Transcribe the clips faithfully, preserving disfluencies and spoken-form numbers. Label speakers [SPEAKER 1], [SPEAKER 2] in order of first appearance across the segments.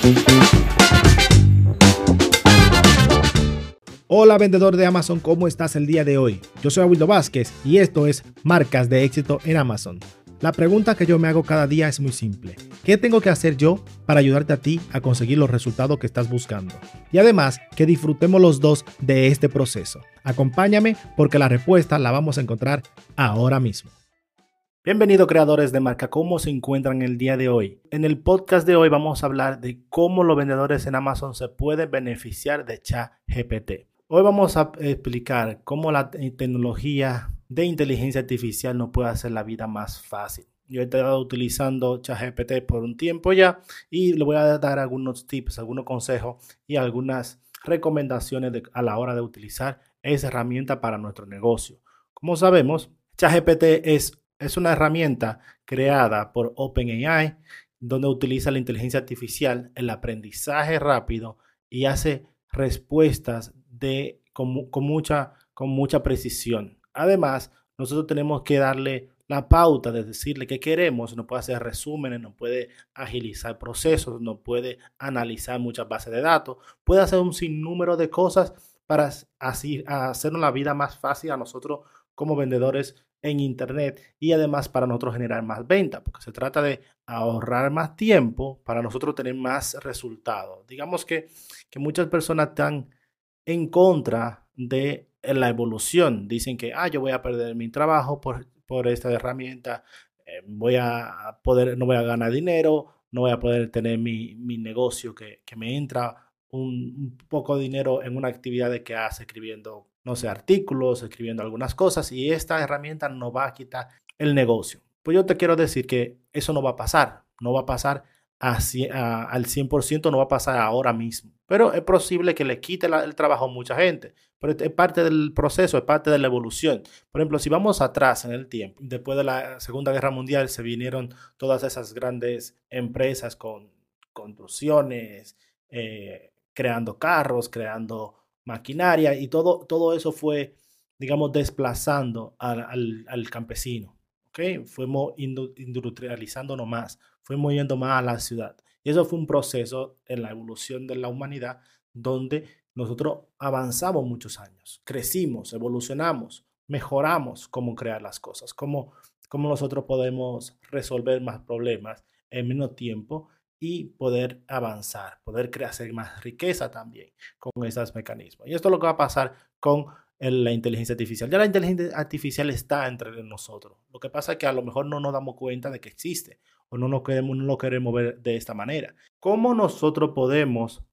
[SPEAKER 1] Hola vendedor de Amazon, ¿cómo estás el día de hoy? Yo soy Aguildo Vázquez y esto es Marcas de Éxito en Amazon. La pregunta que yo me hago cada día es muy simple. ¿Qué tengo que hacer yo para ayudarte a ti a conseguir los resultados que estás buscando? Y además, que disfrutemos los dos de este proceso. Acompáñame porque la respuesta la vamos a encontrar ahora mismo. Bienvenidos creadores de marca, ¿cómo se encuentran el día de hoy? En el podcast de hoy vamos a hablar de cómo los vendedores en Amazon se pueden beneficiar de ChatGPT. Hoy vamos a explicar cómo la tecnología de inteligencia artificial nos puede hacer la vida más fácil. Yo he estado utilizando ChatGPT por un tiempo ya y le voy a dar algunos tips, algunos consejos y algunas recomendaciones de, a la hora de utilizar esa herramienta para nuestro negocio. Como sabemos, ChatGPT es Es una herramienta creada por OpenAI donde utiliza la inteligencia artificial, el aprendizaje rápido y hace respuestas de, con, con, mucha, con mucha precisión. Además, nosotros tenemos que darle la pauta de decirle qué queremos. Nos puede hacer resúmenes, nos puede agilizar procesos, nos puede analizar muchas bases de datos, puede hacer un sinnúmero de cosas para así hacernos la vida más fácil a nosotros como vendedores en internet y además para nosotros generar más ventas, porque se trata de ahorrar más tiempo para nosotros tener más resultados. Digamos que, que muchas personas están en contra de la evolución. Dicen que ah, yo voy a perder mi trabajo por, por esta herramienta, eh, voy a poder, no voy a ganar dinero, no voy a poder tener mi, mi negocio que, que me entra un, un poco de dinero en una actividad de que hace escribiendo, no sé, artículos, escribiendo algunas cosas, y esta herramienta no va a quitar el negocio. Pues yo te quiero decir que eso no va a pasar, no va a pasar así, a, al cien por ciento, no va a pasar ahora mismo, pero es posible que le quite la, el trabajo a mucha gente, pero es parte del proceso, es parte de la evolución. Por ejemplo, si vamos atrás en el tiempo, después de la Segunda Guerra Mundial se vinieron todas esas grandes empresas con construcciones, eh, creando carros, creando maquinaria y todo, todo eso fue, digamos, desplazando al, al, al campesino. ¿Okay? Fuimos industrializándonos más, fuimos yendo más a la ciudad. Y eso fue un proceso en la evolución de la humanidad donde nosotros avanzamos muchos años, crecimos, evolucionamos, mejoramos cómo crear las cosas, cómo, cómo nosotros podemos resolver más problemas en menos tiempo y poder avanzar, poder crear más riqueza también con esos mecanismos. Y esto es lo que va a pasar con el, la inteligencia artificial. Ya la inteligencia artificial está entre nosotros. Lo que pasa es que a lo mejor no nos damos cuenta de que existe o no, nos queremos, no lo queremos ver de esta manera. ¿Cómo nosotros podemos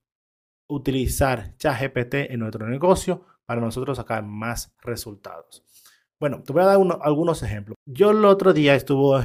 [SPEAKER 1] utilizar ChatGPT en nuestro negocio para nosotros sacar más resultados? Bueno, te voy a dar uno, algunos ejemplos. Yo el otro día estuve...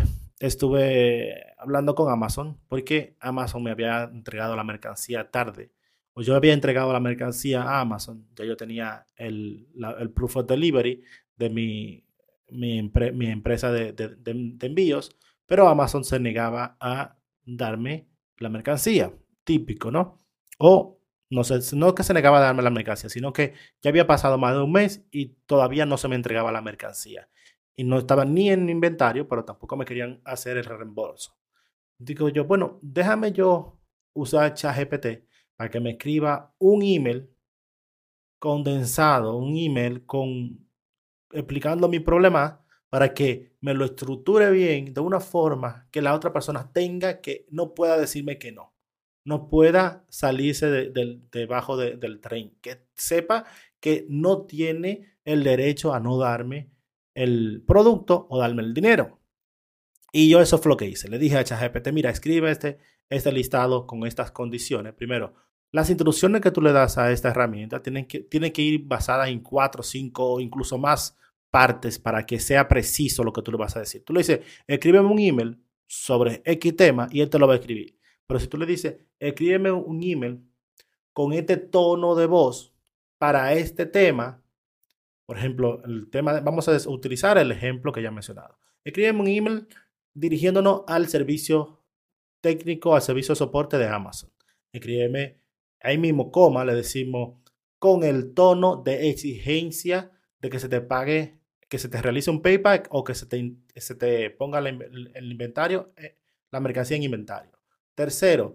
[SPEAKER 1] Estuve hablando con Amazon porque Amazon me había entregado la mercancía tarde. O yo había entregado la mercancía a Amazon. Ya yo tenía el, la, el proof of delivery de mi, mi, empre, mi empresa de, de, de, de envíos. Pero Amazon se negaba a darme la mercancía. Típico, ¿no? O no sé, no que se negaba a darme la mercancía, sino que ya había pasado más de un mes y todavía no se me entregaba la mercancía. Y no estaban ni en inventario, pero tampoco me querían hacer el reembolso. Digo yo, bueno, déjame yo usar ChatGPT para que me escriba un email condensado, un email con explicando mi problema para que me lo estructure bien de una forma que la otra persona tenga que no pueda decirme que no, no pueda salirse de, de, debajo de, del tren, que sepa que no tiene el derecho a no darme el producto o darme el dinero. Y yo eso fue lo que hice. Le dije a ChatGPT, mira, escribe este, este listado con estas condiciones. Primero, las instrucciones que tú le das a esta herramienta tienen que, tienen que ir basadas en cuatro, cinco o incluso más partes para que sea preciso lo que tú le vas a decir. Tú le dices, escríbeme un email sobre X tema y él te lo va a escribir. Pero si tú le dices, escríbeme un email con este tono de voz para este tema, por ejemplo, el tema de, vamos a utilizar el ejemplo que ya he mencionado. Escríbeme un email dirigiéndonos al servicio técnico, al servicio de soporte de Amazon. Escríbeme ahí mismo, coma, le decimos con el tono de exigencia de que se te pague, que se te realice un payback o que se te, se te ponga el, el inventario, la mercancía en inventario. Tercero,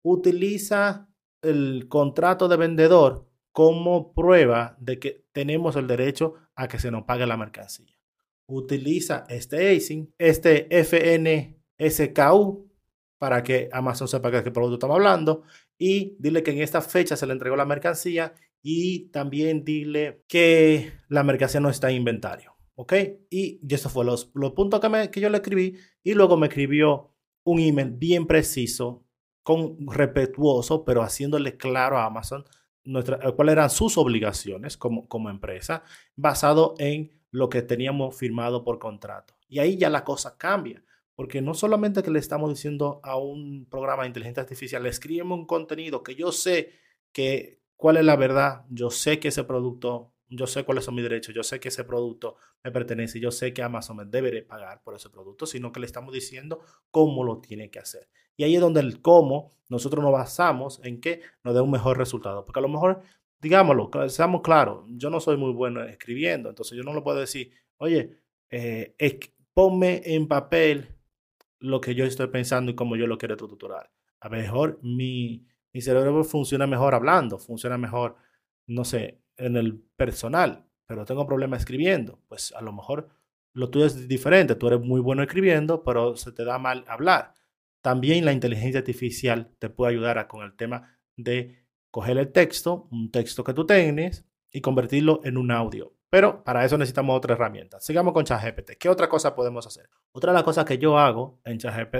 [SPEAKER 1] utiliza el contrato de vendedor como prueba de que tenemos el derecho a que se nos pague la mercancía. Utiliza este A S I N, este F N S K U, para que Amazon sepa de qué producto estamos hablando, y dile que en esta fecha se le entregó la mercancía, y también dile que la mercancía no está en inventario, ¿ok? Y eso fue los, los puntos que, me, que yo le escribí, y luego me escribió un email bien preciso, con respetuoso, pero haciéndole claro a Amazon nuestra, cuáles eran sus obligaciones como, como empresa, basado en lo que teníamos firmado por contrato. Y ahí ya la cosa cambia, porque no solamente que le estamos diciendo a un programa de inteligencia artificial, le escribimos un contenido que yo sé que cuál es la verdad, yo sé que ese producto, yo sé cuáles son mis derechos, yo sé que ese producto me pertenece, yo sé que Amazon me debe pagar por ese producto, sino que le estamos diciendo cómo lo tiene que hacer. Y ahí es donde el cómo nosotros nos basamos en que nos dé un mejor resultado. Porque a lo mejor, digámoslo, seamos claros, yo no soy muy bueno escribiendo, entonces yo no le puedo decir, oye, eh, ponme en papel lo que yo estoy pensando y cómo yo lo quiero estructurar. A lo mejor mi, mi cerebro funciona mejor hablando, funciona mejor, no sé, en el personal, pero tengo problemas escribiendo. Pues a lo mejor lo tuyo es diferente, tú eres muy bueno escribiendo, pero se te da mal hablar. También la inteligencia artificial te puede ayudar a, con el tema de coger el texto, un texto que tú tienes, y convertirlo en un audio. Pero para eso necesitamos otra herramienta. Sigamos con ChatGPT. ¿Qué otra cosa podemos hacer? Otra de las cosas que yo hago en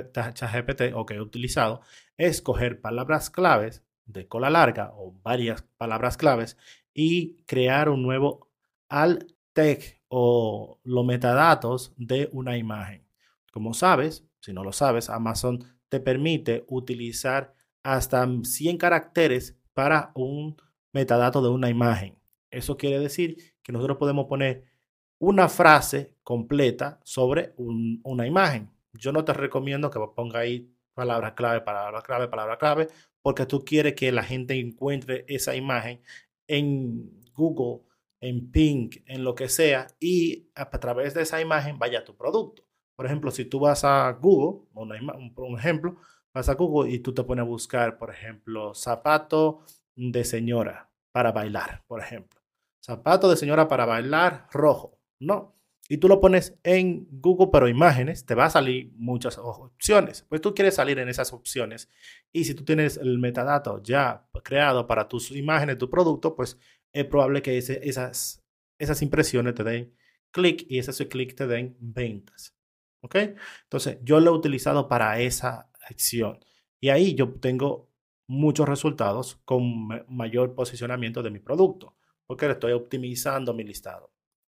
[SPEAKER 1] ChatGPT o que he utilizado es coger palabras claves de cola larga o varias palabras claves y crear un nuevo alt text o los metadatos de una imagen. Como sabes, si no lo sabes, Amazon te permite utilizar hasta cien caracteres para un metadato de una imagen. Eso quiere decir que nosotros podemos poner una frase completa sobre un, una imagen. Yo no te recomiendo que ponga ahí palabra clave, palabra clave, palabra clave, porque tú quieres que la gente encuentre esa imagen en Google, en Ping, en lo que sea, y a través de esa imagen vaya a tu producto. Por ejemplo, si tú vas a Google, una un, un ejemplo, vas a Google y tú te pones a buscar, por ejemplo, zapato de señora para bailar, por ejemplo. Zapato de señora para bailar rojo, ¿no? Y tú lo pones en Google, pero imágenes, te va a salir muchas opciones. Pues tú quieres salir en esas opciones. Y si tú tienes el metadato ya creado para tus imágenes, tu producto, pues es probable que ese, esas, esas impresiones te den clic y esos clics te den ventas. ¿Ok? Entonces, yo lo he utilizado para esa acción. Y ahí yo tengo muchos resultados con mayor posicionamiento de mi producto, porque le estoy optimizando mi listado.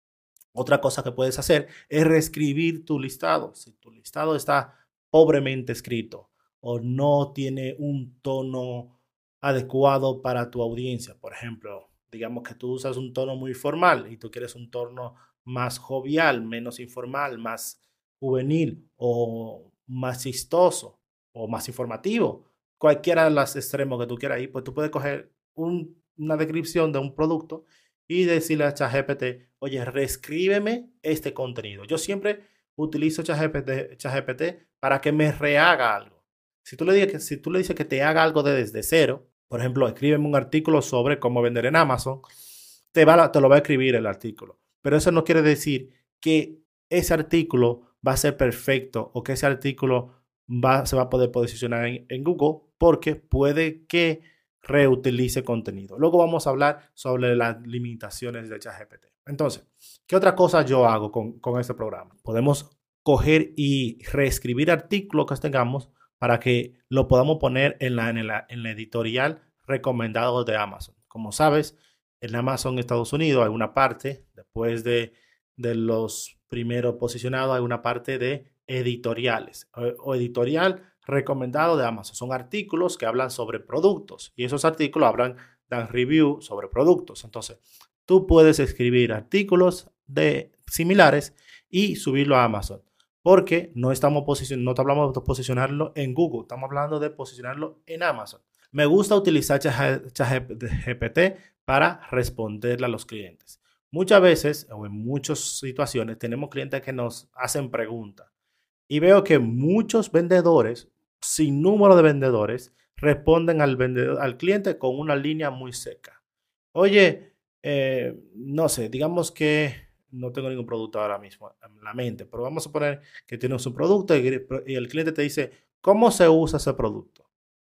[SPEAKER 1] Otra cosa que puedes hacer es reescribir tu listado. Si tu listado está pobremente escrito o no tiene un tono adecuado para tu audiencia, por ejemplo, digamos que tú usas un tono muy formal y tú quieres un tono más jovial, menos informal, más juvenil o más chistoso o más informativo, cualquiera de los extremos que tú quieras ir, pues tú puedes coger un, una descripción de un producto y decirle a ChatGPT, oye, reescríbeme este contenido. Yo siempre utilizo ChatGPT, ChatGPT para que me rehaga algo. Si tú, le dices que, si tú le dices que te haga algo de desde cero, por ejemplo, escríbeme un artículo sobre cómo vender en Amazon, te, va, te lo va a escribir el artículo. Pero eso no quiere decir que ese artículo va a ser perfecto o que ese artículo va, se va a poder posicionar en, en Google, porque puede que reutilice contenido. Luego vamos a hablar sobre las limitaciones de ChatGPT. Entonces, ¿qué otra cosa yo hago con, con este programa? Podemos coger y reescribir artículos que tengamos para que lo podamos poner en la, en la, en la editorial recomendado de Amazon. Como sabes, en Amazon Estados Unidos hay una parte, después de, de los primeros posicionados, hay una parte de editoriales o, o editorial recomendado de Amazon. Son artículos que hablan sobre productos y esos artículos hablan, dan review sobre productos. Entonces, tú puedes escribir artículos de, similares y subirlo a Amazon, porque no estamos posicionando, no hablamos de posicionarlo en Google, estamos hablando de posicionarlo en Amazon. Me gusta utilizar ChatGPT para responderle a los clientes. Muchas veces o en muchas situaciones tenemos clientes que nos hacen preguntas y veo que muchos vendedores, sin número de vendedores, responden al vendedor, al cliente con una línea muy seca. Oye, eh, no sé, digamos que no tengo ningún producto ahora mismo en la mente, pero vamos a poner que tienes un producto y, y el cliente te dice, ¿cómo se usa ese producto?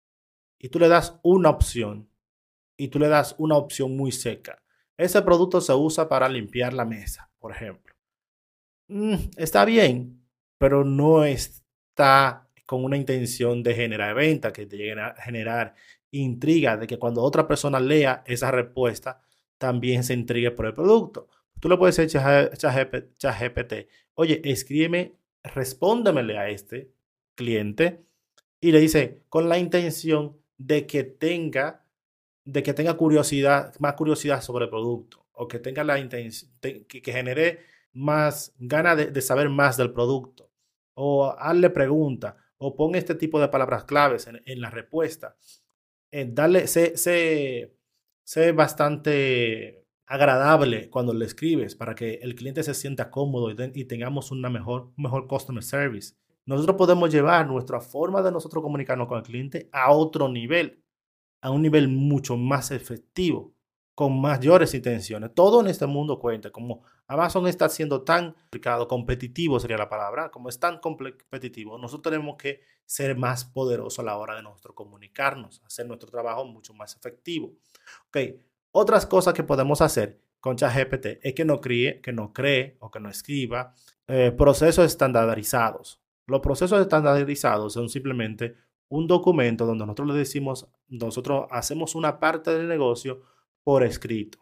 [SPEAKER 1] Y tú le das una opción y tú le das una opción muy seca. Ese producto se usa para limpiar la mesa, por ejemplo. Mm, está bien, pero no está con una intención de generar venta, que te lleguen a generar intriga, de que cuando otra persona lea esa respuesta, también se intrigue por el producto. Tú le puedes decir a ChatGPT, oye, escríbeme, respóndemele a este cliente y le dice, con la intención de que tenga, de que tenga curiosidad, más curiosidad sobre el producto, o que tenga la intención, que, que genere más ganas de, de, saber más del producto, o hazle preguntas, o pon este tipo de palabras claves en, en la respuesta. Eh, darle, sé, sé, sé bastante agradable cuando le escribes para que el cliente se sienta cómodo y, ten, y tengamos una mejor, un mejor customer service. Nosotros podemos llevar nuestra forma de nosotros comunicarnos con el cliente a otro nivel, a un nivel mucho más efectivo, con mayores intenciones. Todo en este mundo cuenta. Como Amazon está siendo tan complicado, competitivo sería la palabra, como es tan competitivo, nosotros tenemos que ser más poderosos a la hora de nosotros comunicarnos, hacer nuestro trabajo mucho más efectivo. Ok, otras cosas que podemos hacer con ChatGPT es que no cree, que no cree o que no escriba eh, procesos estandarizados. Los procesos estandarizados son simplemente un documento donde nosotros le decimos, nosotros hacemos una parte del negocio por escrito.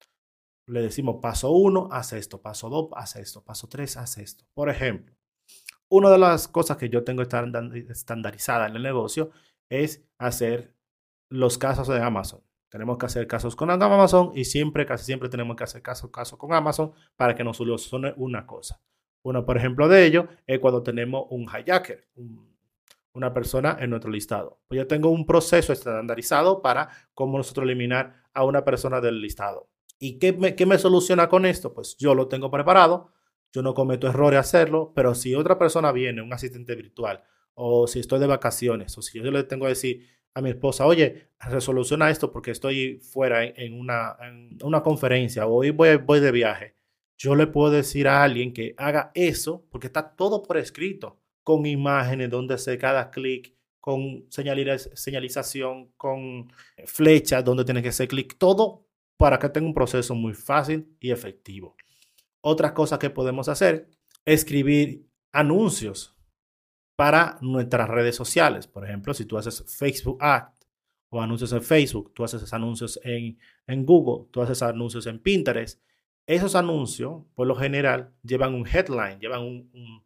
[SPEAKER 1] Le decimos paso uno, haz esto, paso dos, haz esto, paso tres, haz esto. Por ejemplo, una de las cosas que yo tengo estandarizada en el negocio es hacer los casos de Amazon. Tenemos que hacer casos con Amazon y siempre, casi siempre tenemos que hacer casos caso con Amazon para que nos solucione una cosa. Uno, por ejemplo, de ello es cuando tenemos un hijacker, un, una persona en nuestro listado. Pues yo tengo un proceso estandarizado para cómo nosotros eliminar a una persona del listado. ¿Y qué me, qué me soluciona con esto? Pues yo lo tengo preparado, yo no cometo errores hacerlo, pero si otra persona viene, un asistente virtual, o si estoy de vacaciones, o si yo le tengo que decir a mi esposa, oye, resoluciona esto porque estoy fuera en, en, una, en una conferencia, o hoy voy, voy de viaje, yo le puedo decir a alguien que haga eso porque está todo por escrito, con imágenes donde hacer cada clic, con señaliz señalización, con flechas donde tiene que hacer clic, todo para que tenga un proceso muy fácil y efectivo. Otras cosas que podemos hacer es escribir anuncios para nuestras redes sociales. Por ejemplo, si tú haces Facebook Ads o anuncios en Facebook, tú haces anuncios en, en Google, tú haces anuncios en Pinterest, esos anuncios, por lo general, llevan un headline, llevan un, un,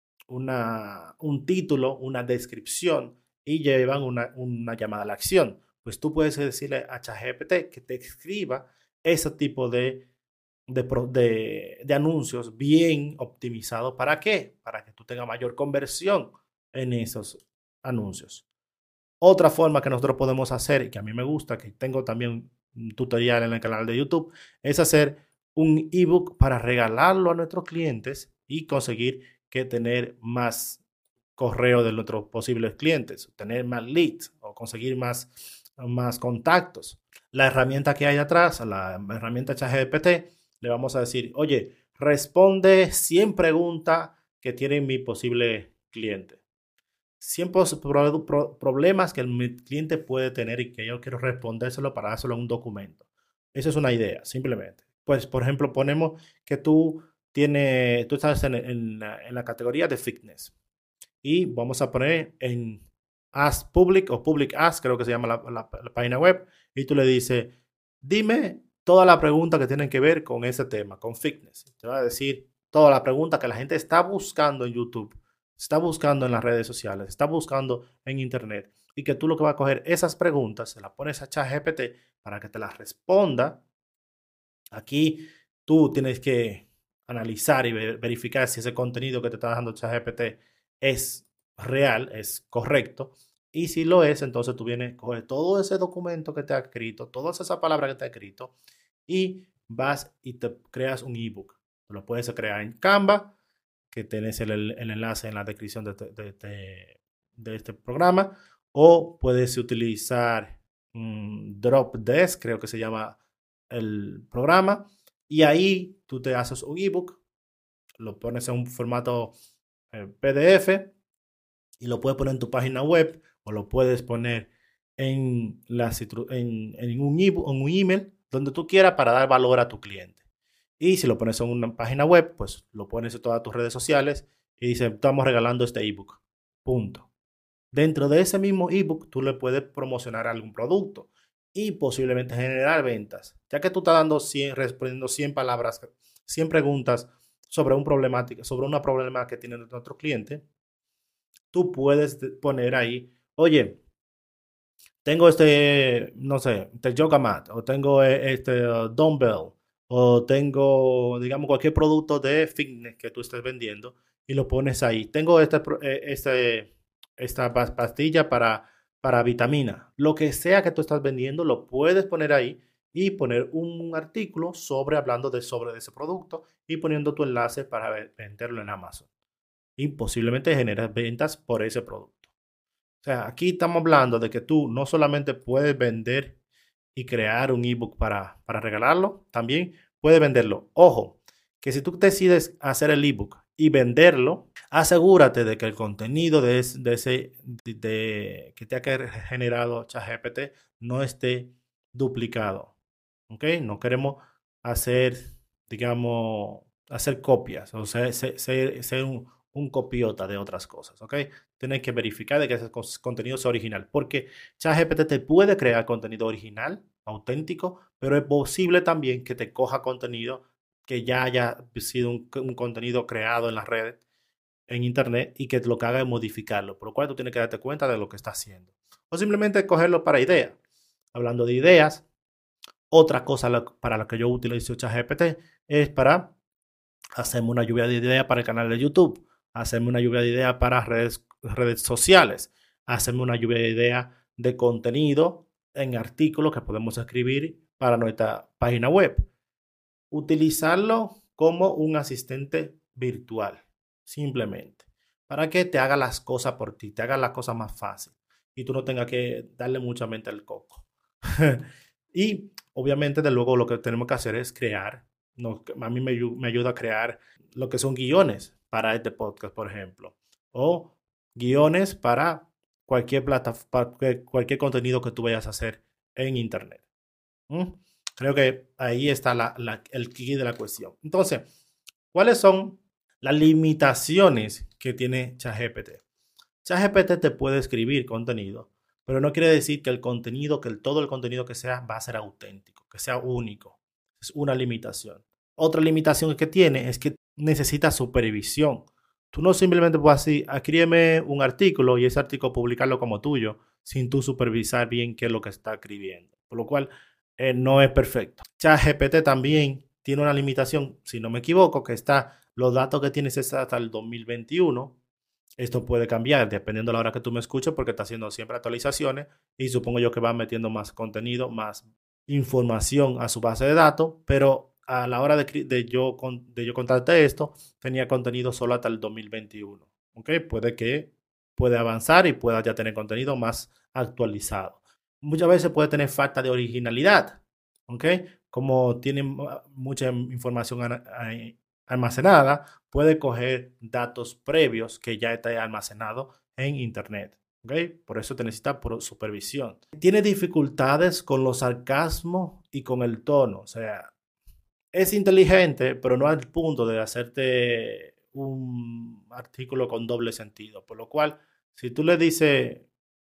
[SPEAKER 1] una, un título, una descripción y llevan una, una llamada a la acción. Pues tú puedes decirle a ChatGPT que te escriba ese tipo de, de, de, de anuncios bien optimizados. ¿Para qué? Para que tú tengas mayor conversión en esos anuncios. Otra forma que nosotros podemos hacer, y que a mí me gusta, que tengo también un tutorial en el canal de YouTube, es hacer un ebook para regalarlo a nuestros clientes y conseguir que tener más correo de nuestros posibles clientes, tener más leads o conseguir más, más contactos. La herramienta que hay atrás, la herramienta ChatGPT, le vamos a decir, oye, responde cien preguntas que tiene mi posible cliente. cien pro pro problemas que el cliente puede tener y que yo quiero respondérselo para dárselo en un documento. Esa es una idea, simplemente. Pues, por ejemplo, ponemos que tú, tienes, tú estás en, en, la, en la categoría de fitness y vamos a poner en Ask Public o Public Ask, creo que se llama la, la, la página web, y tú le dices, dime toda la pregunta que tienen que ver con ese tema, con fitness. Te va a decir toda la pregunta que la gente está buscando en YouTube, está buscando en las redes sociales, está buscando en internet, y que tú lo que vas a coger esas preguntas, se las pones a ChatGPT para que te las responda. Aquí tú tienes que analizar y verificar si ese contenido que te está dando ChatGPT es real, es correcto. Y si lo es, entonces tú vienes, coges todo ese documento que te ha escrito, todas esas palabras que te ha escrito, y vas y te creas un ebook. Lo puedes crear en Canva, que tienes el, el enlace en la descripción de, de, de, de este programa, o puedes utilizar um, Dropdesk, creo que se llama el programa, y ahí tú te haces un ebook, lo pones en un formato eh, P D F y lo puedes poner en tu página web o lo puedes poner en, la, en, en, un, e en un email, donde tú quieras para dar valor a tu cliente. Y si lo pones en una página web, pues lo pones en todas tus redes sociales y dice, estamos regalando este ebook. Punto. Dentro de ese mismo ebook, tú le puedes promocionar algún producto y posiblemente generar ventas. Ya que tú estás dando cien, respondiendo cien palabras, cien preguntas sobre, un problemática, sobre una problema que tiene nuestro cliente, tú puedes poner ahí, oye, tengo este, no sé, este yoga mat, o tengo este uh, dumbbell, o tengo, digamos, cualquier producto de fitness que tú estés vendiendo y lo pones ahí. Tengo este, este, esta pastilla para, para vitamina. Lo que sea que tú estás vendiendo, lo puedes poner ahí y poner un artículo sobre, hablando de sobre ese producto y poniendo tu enlace para venderlo en Amazon. Y posiblemente generas ventas por ese producto. O sea, aquí estamos hablando de que tú no solamente puedes vender y crear un ebook para, para regalarlo, también puedes venderlo. Ojo, que si tú decides hacer el ebook y venderlo, asegúrate de que el contenido de, ese, de ese de, de, que te ha generado ChatGPT no esté duplicado. ¿Ok? No queremos hacer, digamos, hacer copias, o sea, ser, ser, ser un, un copiota de otras cosas, ¿ok? Tienes que verificar de que ese contenido sea original, porque ChatGPT te puede crear contenido original, auténtico, pero es posible también que te coja contenido que ya haya sido un, un contenido creado en las redes, en internet, y que lo que haga es modificarlo, por lo cual tú tienes que darte cuenta de lo que está haciendo. O simplemente cogerlo para ideas. Hablando de ideas, otra cosa para la que yo utilizo ChatGPT es para hacerme una lluvia de ideas para el canal de YouTube, hacerme una lluvia de ideas para redes, redes sociales, hacerme una lluvia de ideas de contenido en artículos que podemos escribir para nuestra página web. Utilizarlo como un asistente virtual, simplemente, para que te haga las cosas por ti, te haga las cosas más fácil y tú no tengas que darle mucha mente al coco. Y obviamente, de luego, lo que tenemos que hacer es crear. No, a mí me, me ayuda a crear lo que son guiones para este podcast, por ejemplo, o guiones para cualquier plataforma, cualquier contenido que tú vayas a hacer en internet. ¿Mm? Creo que ahí está la, la, el key de la cuestión. Entonces, ¿cuáles son las limitaciones que tiene ChatGPT? ChatGPT te puede escribir contenido, pero no quiere decir que el contenido, que el, todo el contenido que sea va a ser auténtico, que sea único. Es una limitación. Otra limitación que tiene es que necesita supervisión. Tú no simplemente puedes decir, escríbeme un artículo y ese artículo publicarlo como tuyo, sin tú supervisar bien qué es lo que está escribiendo. Por lo cual, eh, no es perfecto. ChatGPT también tiene una limitación, si no me equivoco, que está, los datos que tienes es hasta el dos mil veintiuno. Esto puede cambiar dependiendo de la hora que tú me escuches, porque está haciendo siempre actualizaciones y supongo yo que va metiendo más contenido, más información a su base de datos, pero a la hora de, de, yo, de yo contarte esto, tenía contenido solo hasta el dos mil veintiuno. ¿Ok? Puede que puede avanzar y pueda ya tener contenido más actualizado. Muchas veces puede tener falta de originalidad, ¿ok? Como tiene mucha información almacenada, puede coger datos previos que ya está almacenado en internet. ¿Okay? Por eso te necesita supervisión. Tiene dificultades con los sarcasmos y con el tono. O sea, es inteligente, pero no al punto de hacerte un artículo con doble sentido. Por lo cual, si tú le dices,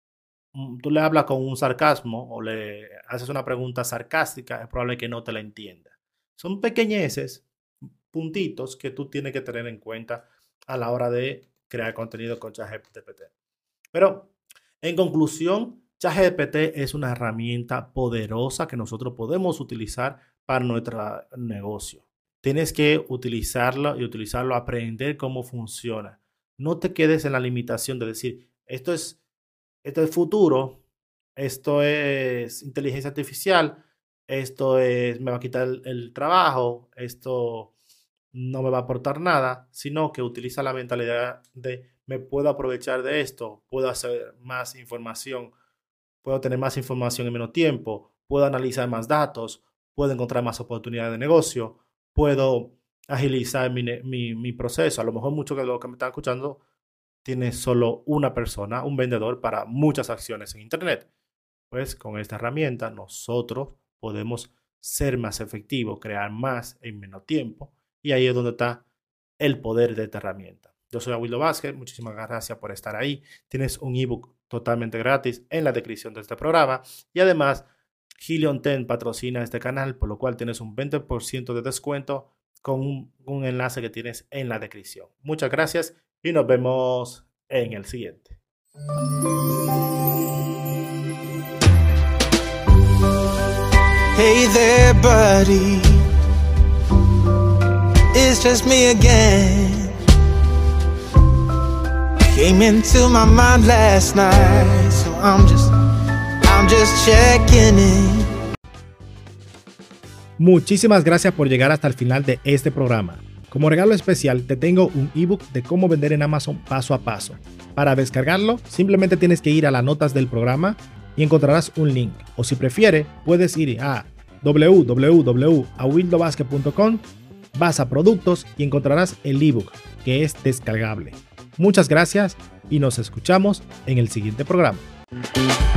[SPEAKER 1] tú le hablas con un sarcasmo o le haces una pregunta sarcástica, es probable que no te la entienda. Son pequeñeces, puntitos que tú tienes que tener en cuenta a la hora de crear contenido con ChatGPT. Pero, en conclusión, ChatGPT es una herramienta poderosa que nosotros podemos utilizar para nuestro negocio. Tienes que utilizarlo y utilizarlo, aprender cómo funciona. No te quedes en la limitación de decir, esto es, esto es futuro, esto es inteligencia artificial, esto es, me va a quitar el, el trabajo, esto no me va a aportar nada, sino que utiliza la mentalidad de me puedo aprovechar de esto, puedo hacer más información, puedo tener más información en menos tiempo, puedo analizar más datos, puedo encontrar más oportunidades de negocio, puedo agilizar mi, mi, mi proceso. A lo mejor muchos de los que me están escuchando tiene solo una persona, un vendedor para muchas acciones en Internet. Pues con esta herramienta nosotros podemos ser más efectivos, crear más en menos tiempo, y ahí es donde está el poder de esta herramienta. Yo soy Awildo Vázquez, muchísimas gracias por estar ahí. Tienes un ebook totalmente gratis en la descripción de este programa, y además Helion diez patrocina este canal, por lo cual tienes un veinte por ciento de descuento con un, un enlace que tienes en la descripción. Muchas gracias y nos vemos en el siguiente.
[SPEAKER 2] Hey there, buddy. It's just me again. Came into my mind last night, so I'm just, I'm just checking in.
[SPEAKER 1] Muchísimas gracias por llegar hasta el final de este programa. Como regalo especial te tengo un ebook de cómo vender en Amazon paso a paso. Para descargarlo, simplemente tienes que ir a las notas del programa y encontrarás un link. O si prefieres, puedes ir a w w w punto awildo vázquez punto com, vas a productos y encontrarás el ebook que es descargable. Muchas gracias y nos escuchamos en el siguiente programa.